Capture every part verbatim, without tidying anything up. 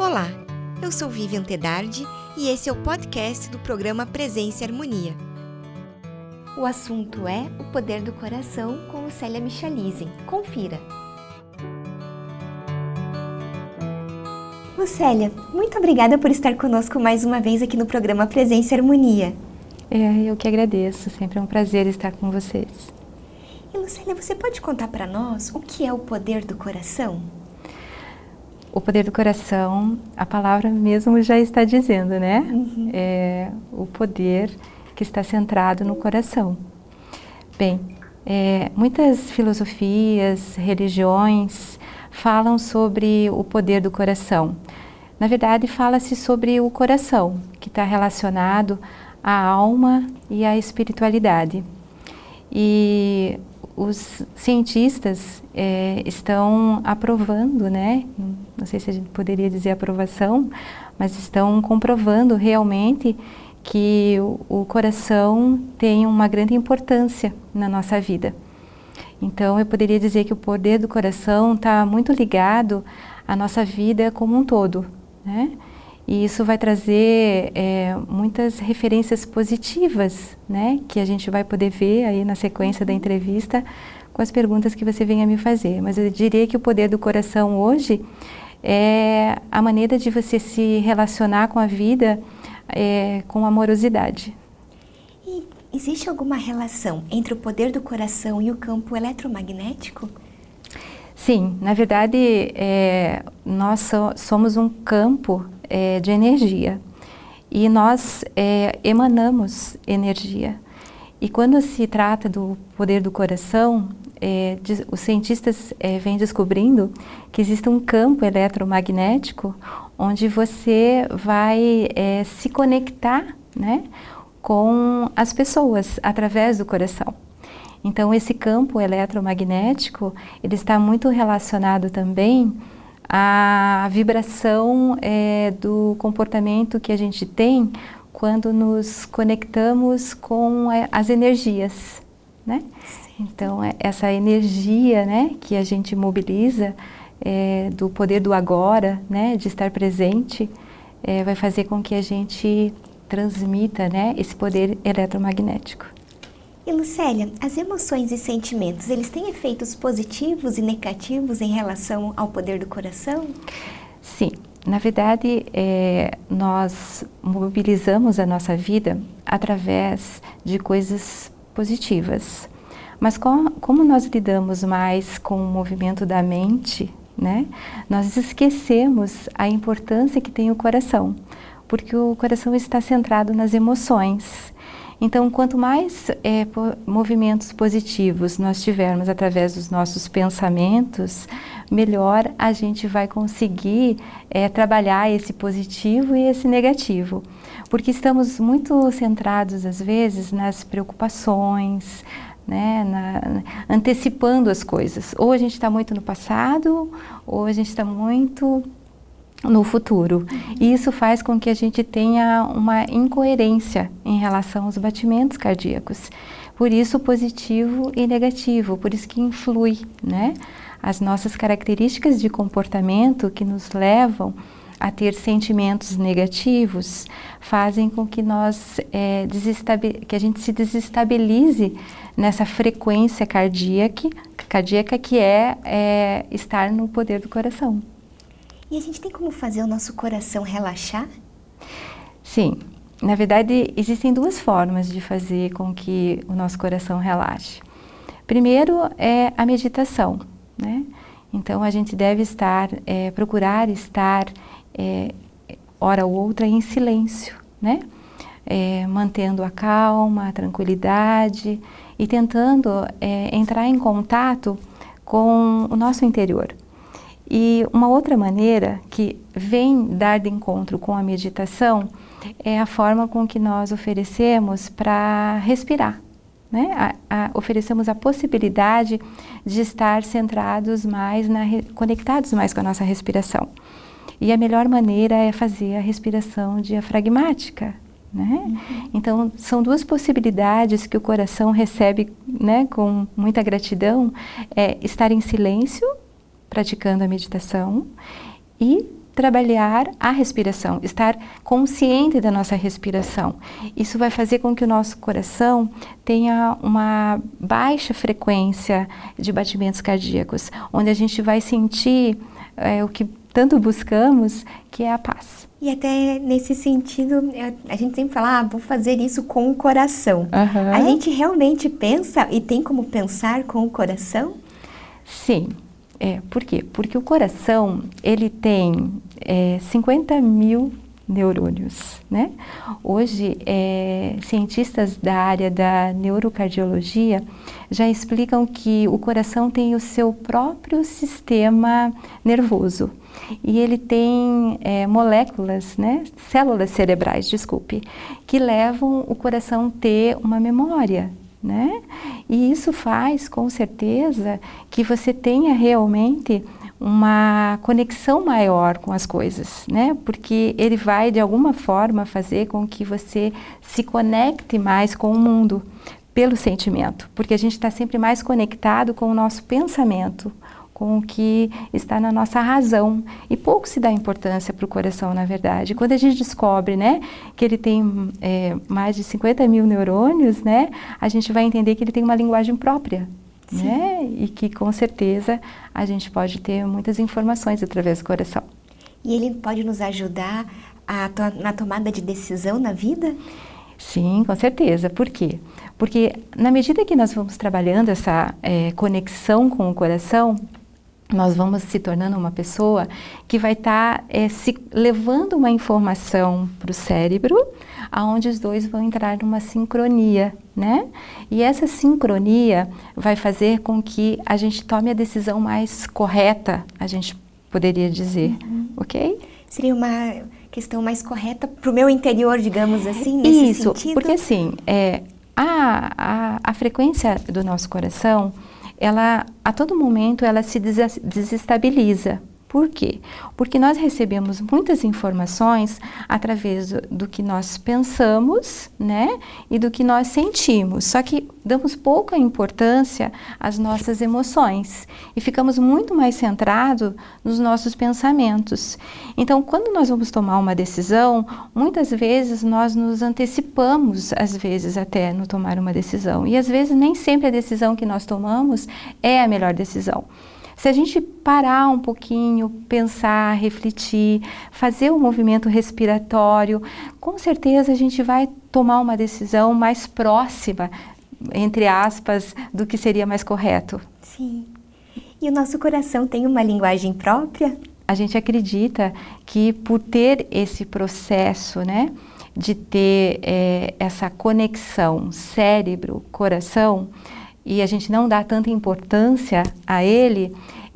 Olá, eu sou Vivian Tedardi e esse é o podcast do programa Presença e Harmonia. O assunto é o poder do coração com Lucélia Michalisen. Confira! Lucélia, muito obrigada por estar conosco mais uma vez aqui no programa Presença e Harmonia. É, eu que agradeço, sempre é um prazer estar com vocês. E Lucélia, você pode contar para nós o que é o poder do coração? O poder do coração, a palavra mesmo já está dizendo, né? Uhum. É o poder que está centrado no coração. Bem, é, muitas filosofias, religiões falam sobre o poder do coração. Na verdade, fala-se sobre o coração, que está relacionado à alma e à espiritualidade. E os cientistas é, estão aprovando, né? Não sei se a gente poderia dizer aprovação, mas estão comprovando realmente que o, o coração tem uma grande importância na nossa vida. Então, eu poderia dizer que o poder do coração está muito ligado à nossa vida como um todo, né? E isso vai trazer é, muitas referências positivas, né? Que a gente vai poder ver aí na sequência da entrevista com as perguntas que você venha me fazer. Mas eu diria que o poder do coração hoje é a maneira de você se relacionar com a vida é, com amorosidade. E existe alguma relação entre o poder do coração e o campo eletromagnético? Sim, na verdade, é, nós so, somos um campo é, de energia e nós é, emanamos energia. E quando se trata do poder do coração, é, de, os cientistas é, vêm descobrindo que existe um campo eletromagnético onde você vai é, se conectar, né, com as pessoas através do coração. Então, esse campo eletromagnético, ele está muito relacionado também à vibração é, do comportamento que a gente tem quando nos conectamos com é, as energias, né? Então, é, essa energia, né, que a gente mobiliza é, do poder do agora, né, de estar presente, é, vai fazer com que a gente transmita, né, esse poder eletromagnético. E Lucélia, as emoções e sentimentos, eles têm efeitos positivos e negativos em relação ao poder do coração? Sim, na verdade, é, nós mobilizamos a nossa vida através de coisas positivas. Mas com, como nós lidamos mais com o movimento da mente, né, nós esquecemos a importância que tem o coração, porque o coração está centrado nas emoções. Então, quanto mais é, movimentos positivos nós tivermos através dos nossos pensamentos, melhor a gente vai conseguir é, trabalhar esse positivo e esse negativo. Porque estamos muito centrados, às vezes, nas preocupações, né, na, antecipando as coisas. Ou a gente está muito no passado, ou a gente está muito no futuro. E isso faz com que a gente tenha uma incoerência em relação aos batimentos cardíacos. Por isso, positivo e negativo, por isso que influi, né? As nossas características de comportamento que nos levam a ter sentimentos negativos fazem com que nós é, que a gente se desestabilize nessa frequência cardíaca, cardíaca que é, é estar no poder do coração. E a gente tem como fazer o nosso coração relaxar? Sim, na verdade existem duas formas de fazer com que o nosso coração relaxe. Primeiro é a meditação, né? Então a gente deve estar, é, procurar estar, é, hora ou outra, em silêncio, né? É, mantendo a calma, a tranquilidade e tentando é, entrar em contato com o nosso interior. E uma outra maneira que vem dar de encontro com a meditação é a forma com que nós oferecemos para respirar, né? A, a, oferecemos a possibilidade de estar centrados mais, na, conectados mais com a nossa respiração. E a melhor maneira é fazer a respiração diafragmática, né? Uhum. Então, são duas possibilidades que o coração recebe, né, com muita gratidão, é estar em silêncio, praticando a meditação, e trabalhar a respiração, estar consciente da nossa respiração. Isso vai fazer com que o nosso coração tenha uma baixa frequência de batimentos cardíacos, onde a gente vai sentir é, o que tanto buscamos, que é a paz. E até nesse sentido, a gente sempre fala, ah, vou fazer isso com o coração. Uhum. A gente realmente pensa e tem como pensar com o coração? Sim. É, por quê? Porque o coração, ele tem é, cinquenta mil neurônios, né? Hoje, é, cientistas da área da neurocardiologia já explicam que o coração tem o seu próprio sistema nervoso. E ele tem é, moléculas, né, células cerebrais, desculpe, que levam o coração a ter uma memória, né? E isso faz, com certeza, que você tenha realmente uma conexão maior com as coisas, né? Porque ele vai, de alguma forma, fazer com que você se conecte mais com o mundo pelo sentimento, porque a gente está sempre mais conectado com o nosso pensamento, com o que está na nossa razão. E pouco se dá importância para o coração, na verdade. Quando a gente descobre, né, que ele tem é, mais de cinquenta mil neurônios, né, a gente vai entender que ele tem uma linguagem própria, né, e que, com certeza, a gente pode ter muitas informações através do coração. E ele pode nos ajudar a to- na tomada de decisão na vida? Sim, com certeza. Por quê? Porque, na medida que nós vamos trabalhando essa é, conexão com o coração, nós vamos se tornando uma pessoa que vai estar tá, é, se levando uma informação para o cérebro, aonde os dois vão entrar numa sincronia, né? E essa sincronia vai fazer com que a gente tome a decisão mais correta, a gente poderia dizer, uhum. ok? Seria uma questão mais correta para o meu interior, digamos assim, nesse Isso, sentido? Porque assim, é, a, a, a frequência do nosso coração, ela, a todo momento, ela se des- desestabiliza. Por quê? Porque nós recebemos muitas informações através do, do que nós pensamos, né, e do que nós sentimos. Só que damos pouca importância às nossas emoções e ficamos muito mais centrados nos nossos pensamentos. Então, quando nós vamos tomar uma decisão, muitas vezes nós nos antecipamos, às vezes até no tomar uma decisão. E às vezes nem sempre a decisão que nós tomamos é a melhor decisão. Se a gente parar um pouquinho, pensar, refletir, fazer um movimento respiratório, com certeza a gente vai tomar uma decisão mais próxima, entre aspas, do que seria mais correto. Sim. E o nosso coração tem uma linguagem própria? A gente acredita que por ter esse processo, né, de ter é, essa conexão cérebro-coração, e a gente não dá tanta importância a ele,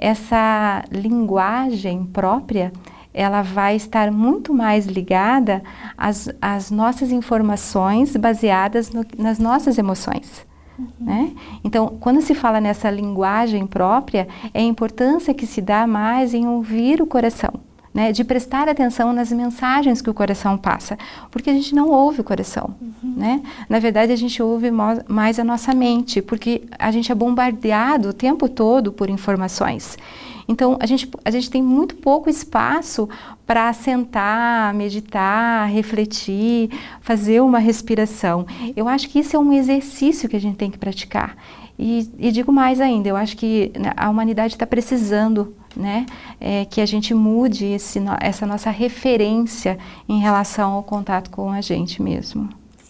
essa linguagem própria, ela vai estar muito mais ligada às, às nossas informações baseadas no, nas nossas emoções. Uhum. Né? Então, quando se fala nessa linguagem própria, é a importância que se dá mais em ouvir o coração. Né, de prestar atenção nas mensagens que o coração passa, porque a gente não ouve o coração, uhum. né? Na verdade, a gente ouve mais a nossa mente, porque a gente é bombardeado o tempo todo por informações. Então, a gente, a gente tem muito pouco espaço para sentar, meditar, refletir, fazer uma respiração. Eu acho que isso é um exercício que a gente tem que praticar. E, e digo mais ainda, eu acho que a humanidade está precisando, né, é, que a gente mude esse, essa nossa referência em relação ao contato com a gente mesmo.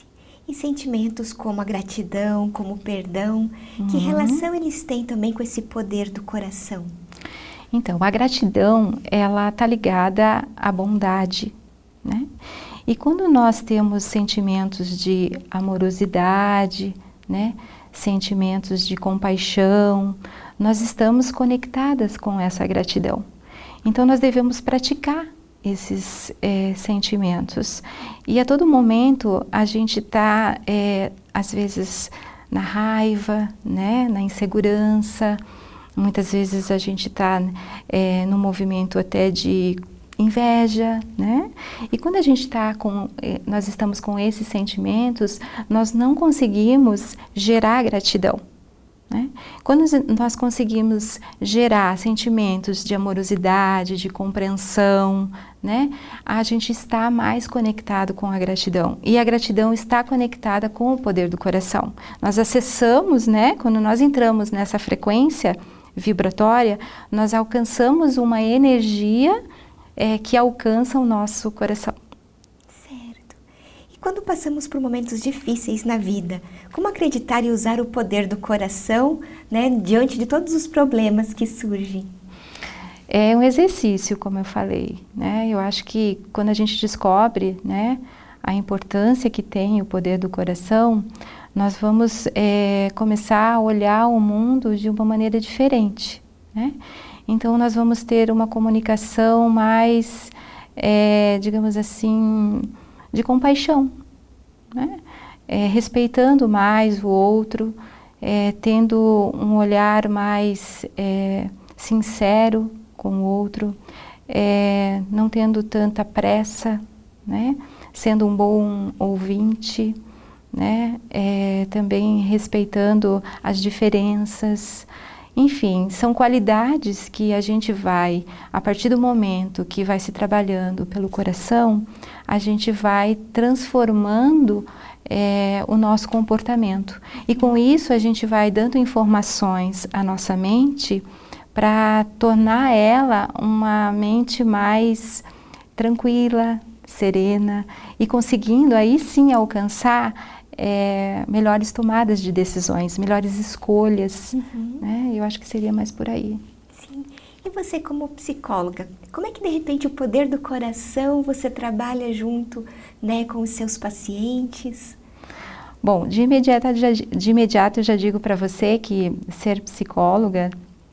E sentimentos como a gratidão, como o perdão, uhum. que relação eles têm também com esse poder do coração? Então, a gratidão, ela está ligada à bondade, né? E quando nós temos sentimentos de amorosidade, né, sentimentos de compaixão, nós estamos conectadas com essa gratidão. Então, nós devemos praticar esses é, sentimentos. E a todo momento, a gente está, é, às vezes, na raiva, né, na insegurança. Muitas vezes a gente está é, no movimento até de inveja, né? E quando a gente está com, nós estamos com esses sentimentos, nós não conseguimos gerar gratidão, né? Quando nós conseguimos gerar sentimentos de amorosidade, de compreensão, né, a gente está mais conectado com a gratidão. E a gratidão está conectada com o poder do coração. Nós acessamos, né, quando nós entramos nessa frequência vibratória, nós alcançamos uma energia é, que alcança o nosso coração. Quando passamos por momentos difíceis na vida, como acreditar e usar o poder do coração, né, diante de todos os problemas que surgem? É um exercício, como eu falei, né? Eu acho que quando a gente descobre, né, a importância que tem o poder do coração, nós vamos é, começar a olhar o mundo de uma maneira diferente, né? Então nós vamos ter uma comunicação mais, é, digamos assim, de compaixão, né? É, respeitando mais o outro, é, tendo um olhar mais é, sincero com o outro, é, não tendo tanta pressa, né? Sendo um bom ouvinte, né? É, também respeitando as diferenças. Enfim, são qualidades que a gente vai, a partir do momento que vai se trabalhando pelo coração, a gente vai transformando é, o nosso comportamento. E com isso a gente vai dando informações à nossa mente para tornar ela uma mente mais tranquila, serena e conseguindo aí sim alcançar É, melhores tomadas de decisões, melhores escolhas, uhum. né? Eu acho que seria mais por aí. Sim. E você como psicóloga, como é que de repente o poder do coração você trabalha junto, né, com os seus pacientes? Bom, de imediato, de imediato eu já digo para você que ser psicóloga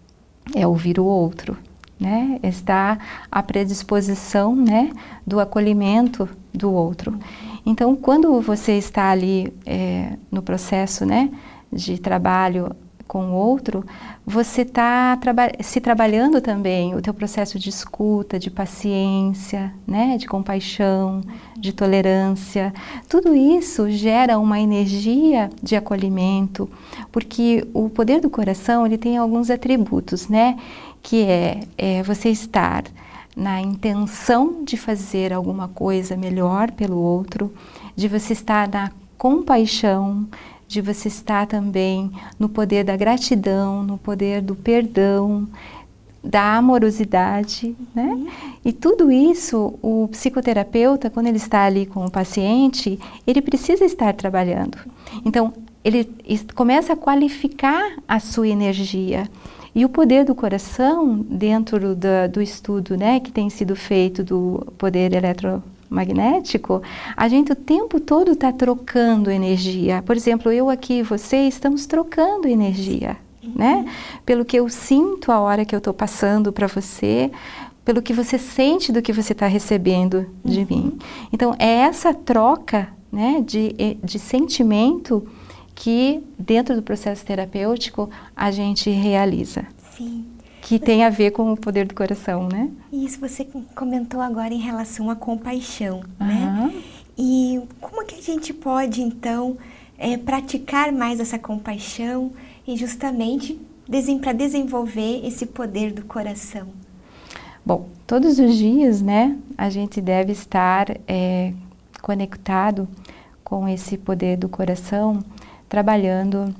é ouvir o outro, né? Está à predisposição, né, do acolhimento do outro. Uhum. Então, quando você está ali é, no processo, né, de trabalho com o outro, você está traba- se trabalhando também o teu processo de escuta, de paciência, né, de compaixão, de tolerância. Tudo isso gera uma energia de acolhimento, porque o poder do coração ele tem alguns atributos, né, que é, é você estar na intenção de fazer alguma coisa melhor pelo outro, de você estar na compaixão, de você estar também no poder da gratidão, no poder do perdão, da amorosidade, né? E tudo isso, o psicoterapeuta, quando ele está ali com o paciente, ele precisa estar trabalhando. Então, ele começa a qualificar a sua energia. E o poder do coração, dentro do, do estudo, né, que tem sido feito do poder eletromagnético, a gente o tempo todo está trocando energia. Por exemplo, eu aqui e você estamos trocando energia, uhum. né? Pelo que eu sinto a hora que eu estou passando para você, pelo que você sente do que você está recebendo de uhum. mim. Então, é essa troca, né, de, de sentimento que dentro do processo terapêutico a gente realiza. Sim. Que tem a ver com o poder do coração, né? Isso você comentou agora em relação à compaixão, uhum. né? E como que a gente pode, então, é, praticar mais essa compaixão e justamente desem, para desenvolver esse poder do coração? Bom, todos os dias, né, a gente deve estar é, conectado com esse poder do coração, trabalhando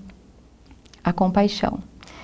a compaixão.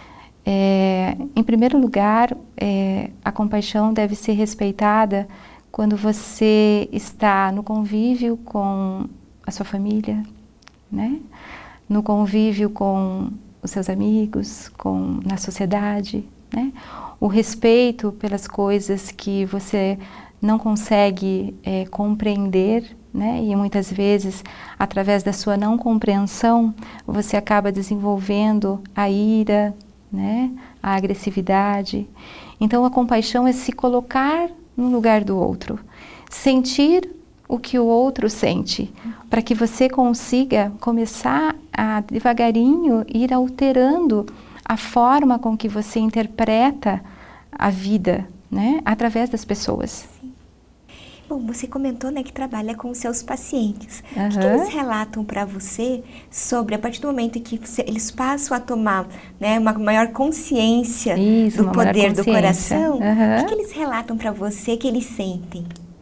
É, em primeiro lugar, é, a compaixão deve ser respeitada quando você está no convívio com a sua família, né? No convívio com os seus amigos, com, na sociedade, né? O respeito pelas coisas que você não consegue é, compreender, né? E muitas vezes, através da sua não compreensão, você acaba desenvolvendo a ira, né? A agressividade. Então, a compaixão é se colocar no lugar do outro, sentir o que o outro sente, para que você consiga começar a devagarinho ir alterando a forma com que você interpreta a vida, né? Através das pessoas. Sim. Bom, você comentou, né, que trabalha com os seus pacientes. Uhum. O que, que eles relatam para você sobre, a partir do momento em que você, eles passam a tomar, né, uma maior consciência Isso, do poder do coração? Uhum. O que, que eles relatam para você que eles sentem?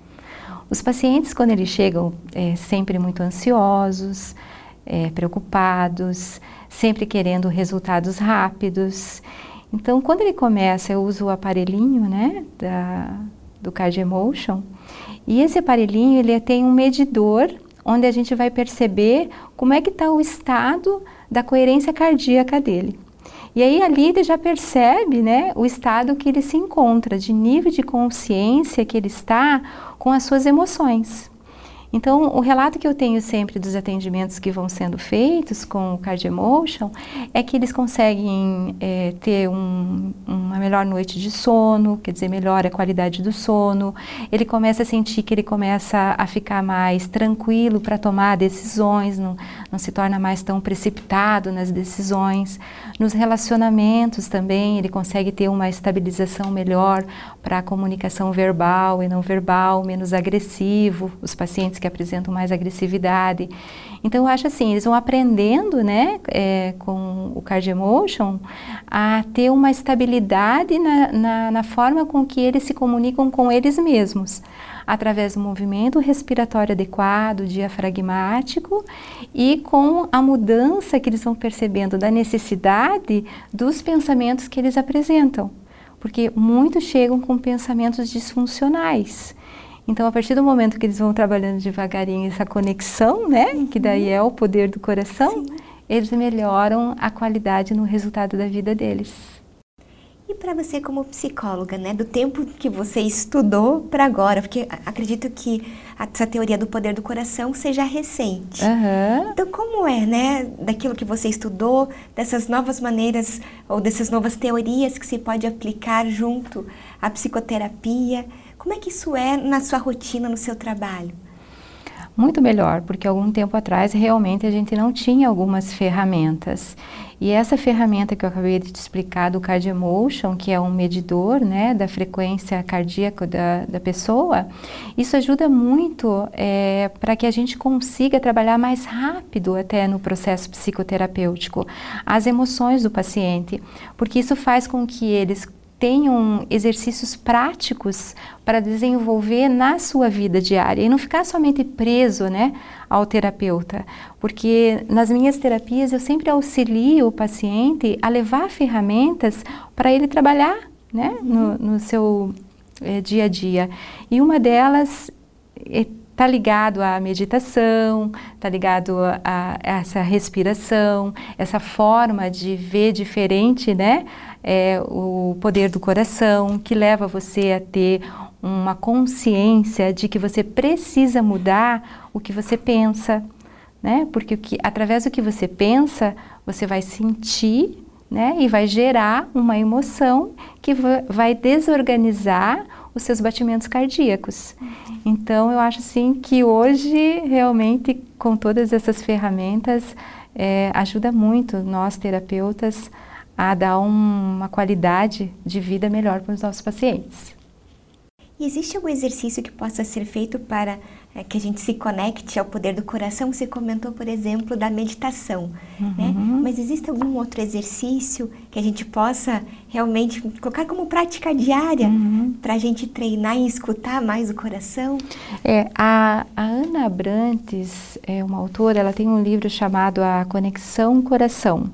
Os pacientes, quando eles chegam, é, sempre muito ansiosos, é, preocupados, sempre querendo resultados rápidos. Então, quando ele começa, eu uso o aparelhinho, né, da, do CardioEmotion, e esse aparelhinho, ele tem um medidor, onde a gente vai perceber como é que está o estado da coerência cardíaca dele. E aí, ali, ele já percebe, né, o estado que ele se encontra, de nível de consciência que ele está com as suas emoções. Então, o relato que eu tenho sempre dos atendimentos que vão sendo feitos com o CardioEmotion é que eles conseguem é, ter um, uma melhor noite de sono, quer dizer, melhora a qualidade do sono. Ele começa a sentir que ele começa a ficar mais tranquilo para tomar decisões, não, não se torna mais tão precipitado nas decisões. Nos relacionamentos também, ele consegue ter uma estabilização melhor para a comunicação verbal e não verbal, menos agressivo, os pacientes que apresentam mais agressividade. Então, eu acho assim, eles vão aprendendo, né, é, com o CardioEmotion, a ter uma estabilidade na, na, na forma com que eles se comunicam com eles mesmos, através do movimento respiratório adequado, diafragmático, e com a mudança que eles vão percebendo da necessidade dos pensamentos que eles apresentam. Porque muitos chegam com pensamentos disfuncionais. Então, a partir do momento que eles vão trabalhando devagarinho essa conexão, né, uhum. que daí é o poder do coração, sim. eles melhoram a qualidade no resultado da vida deles. E para você como psicóloga, né, do tempo que você estudou para agora, porque acredito que essa teoria do poder do coração seja recente. Uhum. Então, como é, né, daquilo que você estudou, dessas novas maneiras ou dessas novas teorias que se pode aplicar junto à psicoterapia? Como é que isso é na sua rotina, no seu trabalho? Muito melhor, porque algum tempo atrás realmente a gente não tinha algumas ferramentas. E essa ferramenta que eu acabei de te explicar do CardioEmotion, que é um medidor, né, da frequência cardíaca da, da pessoa, isso ajuda muito é, para que a gente consiga trabalhar mais rápido até no processo psicoterapêutico as emoções do paciente, porque isso faz com que eles tenham exercícios práticos para desenvolver na sua vida diária e não ficar somente preso, né, ao terapeuta, porque nas minhas terapias eu sempre auxilio o paciente a levar ferramentas para ele trabalhar, né, no, no seu é, dia a dia, e uma delas é está ligado à meditação, está ligado a, a essa respiração, essa forma de ver diferente, né, é, o poder do coração, que leva você a ter uma consciência de que você precisa mudar o que você pensa, né, porque o que, através do que você pensa, você vai sentir, né, e vai gerar uma emoção que vai desorganizar os seus batimentos cardíacos. Uhum. Então, eu acho assim que hoje, realmente, com todas essas ferramentas, é, ajuda muito nós, terapeutas, a dar um, uma qualidade de vida melhor para os nossos pacientes. E existe algum exercício que possa ser feito para é, que a gente se conecte ao poder do coração? Você comentou, por exemplo, da meditação, uhum. né? Mas existe algum outro exercício que a gente possa realmente colocar como prática diária uhum. para a gente treinar e escutar mais o coração? É, a, a Ana Abrantes, é uma autora, ela tem um livro chamado A Conexão Coração.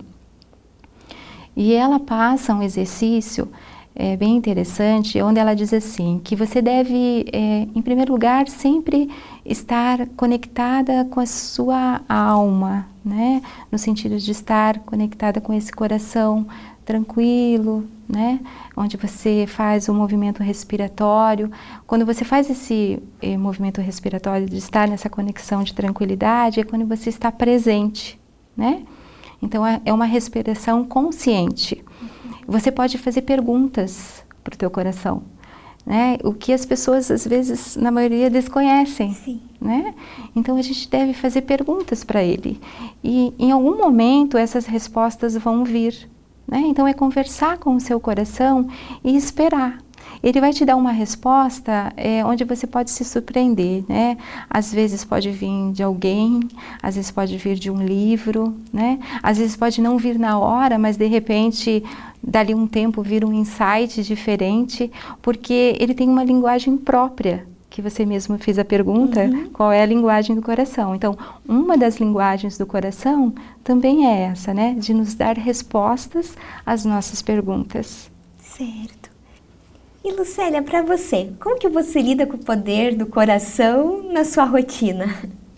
E ela passa um exercício É bem interessante, onde ela diz assim, que você deve, é, em primeiro lugar, sempre estar conectada com a sua alma, né? No sentido de estar conectada com esse coração tranquilo, né? Onde você faz o movimento respiratório. Quando você faz esse eh, movimento respiratório de estar nessa conexão de tranquilidade, é quando você está presente, né? Então, é, é uma respiração consciente. Você pode fazer perguntas para o teu coração, né? O que as pessoas, às vezes, na maioria, desconhecem, Sim. né? Então, a gente deve fazer perguntas para ele. E, em algum momento, essas respostas vão vir, né? Então, é conversar com o seu coração e esperar. ele vai te dar uma resposta é, onde você pode se surpreender, né? Às vezes pode vir de alguém, às vezes pode vir de um livro, né? Às vezes pode não vir na hora, mas de repente, dali um tempo, vir um insight diferente, porque ele tem uma linguagem própria, que você mesmo fez a pergunta, uhum. qual é a linguagem do coração. Então, uma das linguagens do coração também é essa, né? De nos dar respostas às nossas perguntas. Certo. E Lucélia, para você, como que você lida com o poder do coração na sua rotina?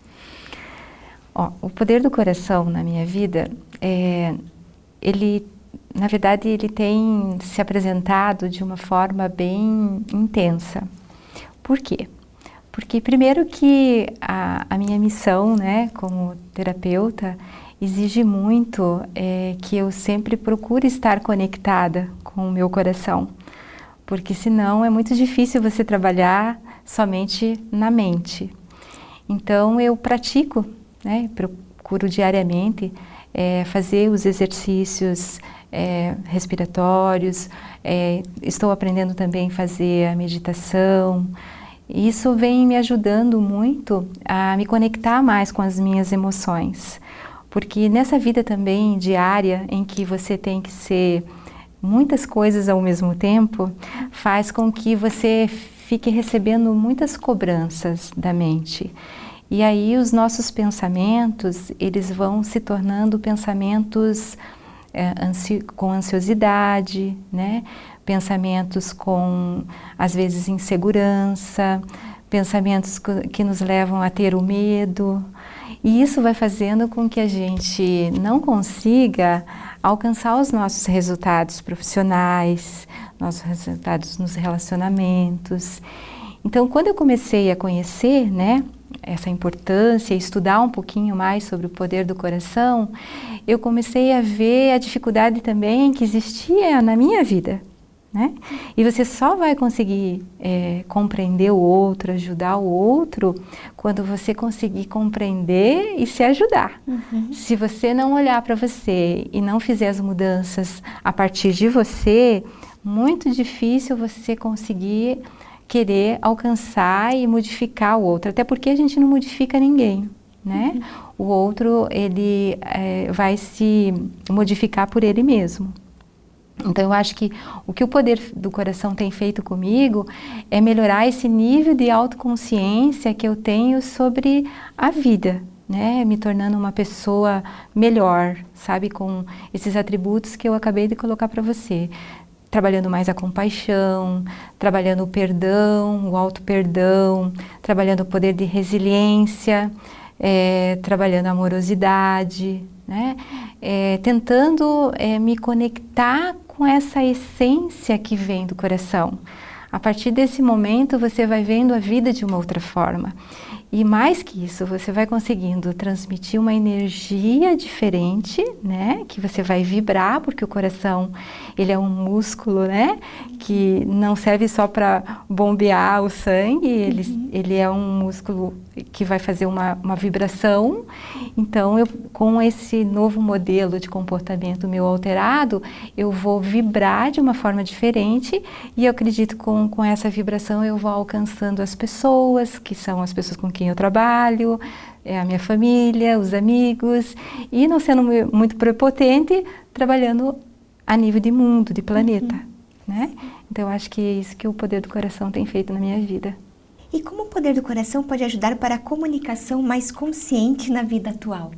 Ó, o poder do coração na minha vida, é, ele, na verdade, ele tem se apresentado de uma forma bem intensa. Por quê? Porque primeiro que a, a minha missão, né, como terapeuta, exige muito é, que eu sempre procure estar conectada com o meu coração, porque senão é muito difícil você trabalhar somente na mente. Então eu pratico, né, procuro diariamente é, fazer os exercícios é, respiratórios, é, estou aprendendo também a fazer a meditação. Isso vem me ajudando muito a me conectar mais com as minhas emoções, porque nessa vida também diária, em que você tem que ser muitas coisas ao mesmo tempo, faz com que você fique recebendo muitas cobranças da mente. E aí os nossos pensamentos, eles vão se tornando pensamentos é, ansi com ansiosidade, né? Pensamentos com, às vezes, insegurança, pensamentos que nos levam a ter o medo. E isso vai fazendo com que a gente não consiga alcançar os nossos resultados profissionais, nossos resultados nos relacionamentos. Então, quando eu comecei a conhecer, né, essa importância, estudar um pouquinho mais sobre o poder do coração, eu comecei a ver a dificuldade também que existia na minha vida, né? E você só vai conseguir é, compreender o outro, ajudar o outro, quando você conseguir compreender e se ajudar. Uhum. Se você não olhar para você e não fizer as mudanças a partir de você, muito difícil você conseguir querer alcançar e modificar o outro, até porque a gente não modifica ninguém, né? Uhum. O outro, ele é, vai se modificar por ele mesmo. Então, eu acho que o que o poder do coração tem feito comigo é melhorar esse nível de autoconsciência que eu tenho sobre a vida, né? Me tornando uma pessoa melhor, sabe? Com esses atributos que eu acabei de colocar para você. Trabalhando mais a compaixão, trabalhando o perdão, o auto-perdão, trabalhando o poder de resiliência, é, trabalhando a amorosidade, né? É, tentando é, me conectar com essa essência que vem do coração. A partir desse momento, você vai vendo a vida de uma outra forma. E mais que isso, você vai conseguindo transmitir uma energia diferente, né? Que você vai vibrar, porque o coração, ele é um músculo, né? Que não serve só para bombear o sangue, ele, uhum. ele é um músculo que vai fazer uma, uma vibração. Então, eu, com esse novo modelo de comportamento meu alterado, eu vou vibrar de uma forma diferente e eu acredito que com, com essa vibração eu vou alcançando as pessoas, que são as pessoas com quem eu trabalho, é a minha família, os amigos, e não sendo muito prepotente, trabalhando a nível de mundo, de planeta, uhum. né? Então, eu acho que é isso que o poder do coração tem feito na minha vida. E como o poder do coração pode ajudar para a comunicação mais consciente na vida atual?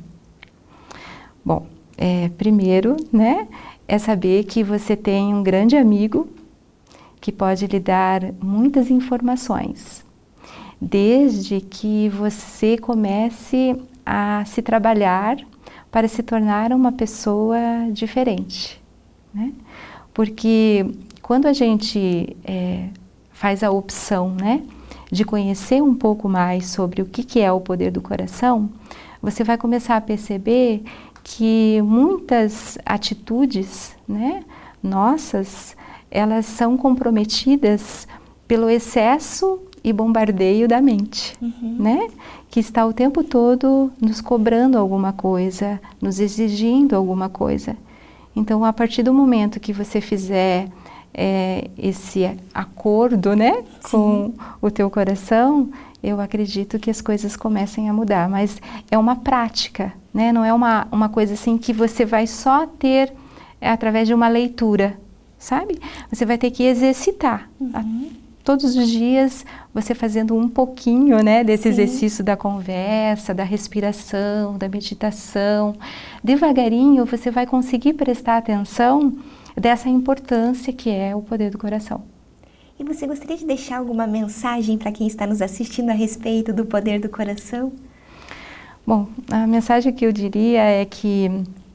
Bom, é, primeiro, né, é saber que você tem um grande amigo que pode lhe dar muitas informações, desde que você comece a se trabalhar para se tornar uma pessoa diferente, né? Porque quando a gente é, faz a opção, né, de conhecer um pouco mais sobre o que, que é o poder do coração, você vai começar a perceber que muitas atitudes, né, nossas, elas são comprometidas pelo excesso e bombardeio da mente, uhum. né? Que está o tempo todo nos cobrando alguma coisa, nos exigindo alguma coisa. Então, a partir do momento que você fizer é, esse acordo, né, com Sim. o teu coração, eu acredito que as coisas comecem a mudar. Mas é uma prática, né? Não é uma, uma coisa assim que você vai só ter é, através de uma leitura, sabe? Você vai ter que exercitar. Uhum. Todos os dias você fazendo um pouquinho, né, desse Sim. exercício da conversa, da respiração, da meditação. Devagarinho você vai conseguir prestar atenção dessa importância que é o poder do coração. E você gostaria de deixar alguma mensagem para quem está nos assistindo a respeito do poder do coração? Bom, a mensagem que eu diria é que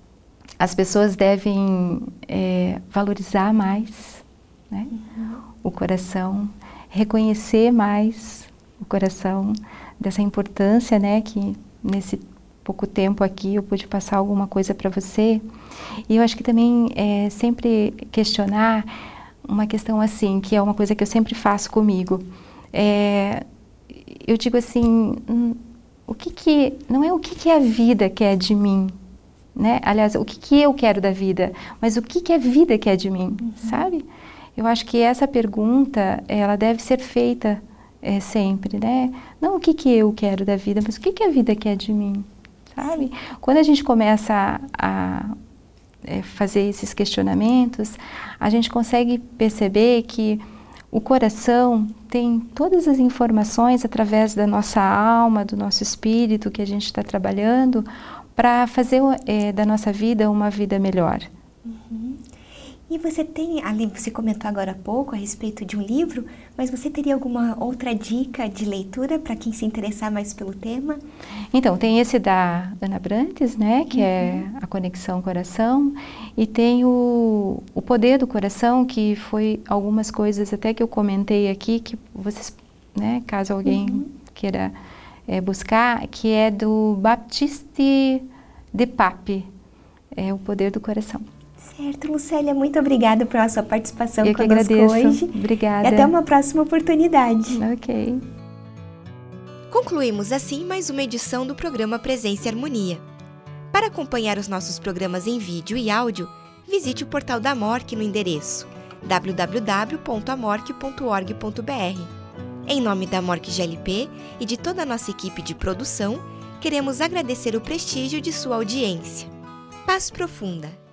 as pessoas devem é, valorizar mais, né, uhum. o coração, reconhecer mais o coração, dessa importância, né, que nesse pouco tempo aqui eu pude passar alguma coisa para você. E eu acho que também é sempre questionar uma questão assim, que é uma coisa que eu sempre faço comigo. É, eu digo assim, hum, o que que, não é o que que a vida quer de mim, né? Aliás, o que que eu quero da vida, mas o que que a vida quer de mim, uhum. sabe? Eu acho que essa pergunta, ela deve ser feita é, sempre, né? Não o que que eu quero da vida, mas o que que a vida quer de mim, sabe? Sim. Quando a gente começa a, a é, fazer esses questionamentos, a gente consegue perceber que o coração tem todas as informações através da nossa alma, do nosso espírito que a gente está trabalhando para fazer é, da nossa vida uma vida melhor. Uhum. E você tem, além, você comentou agora há pouco a respeito de um livro, mas você teria alguma outra dica de leitura para quem se interessar mais pelo tema? Então, tem esse da Ana Brantes, né, que uhum. é A Conexão Coração, e tem o, o Poder do Coração, que foi algumas coisas até que eu comentei aqui, que vocês, né, caso alguém uhum. queira é, buscar, que é do Baptiste de Pape, é O Poder do Coração. Certo, Lucélia, muito obrigada pela sua participação Eu conosco que agradeço. Hoje. Obrigada. E até uma próxima oportunidade. Ok. Concluímos assim mais uma edição do programa Presença e Harmonia. Para acompanhar os nossos programas em vídeo e áudio, visite o portal da Amorque no endereço w w w ponto amorque ponto org ponto b r. Em nome da Amorque G L P e de toda a nossa equipe de produção, queremos agradecer o prestígio de sua audiência. Paz profunda!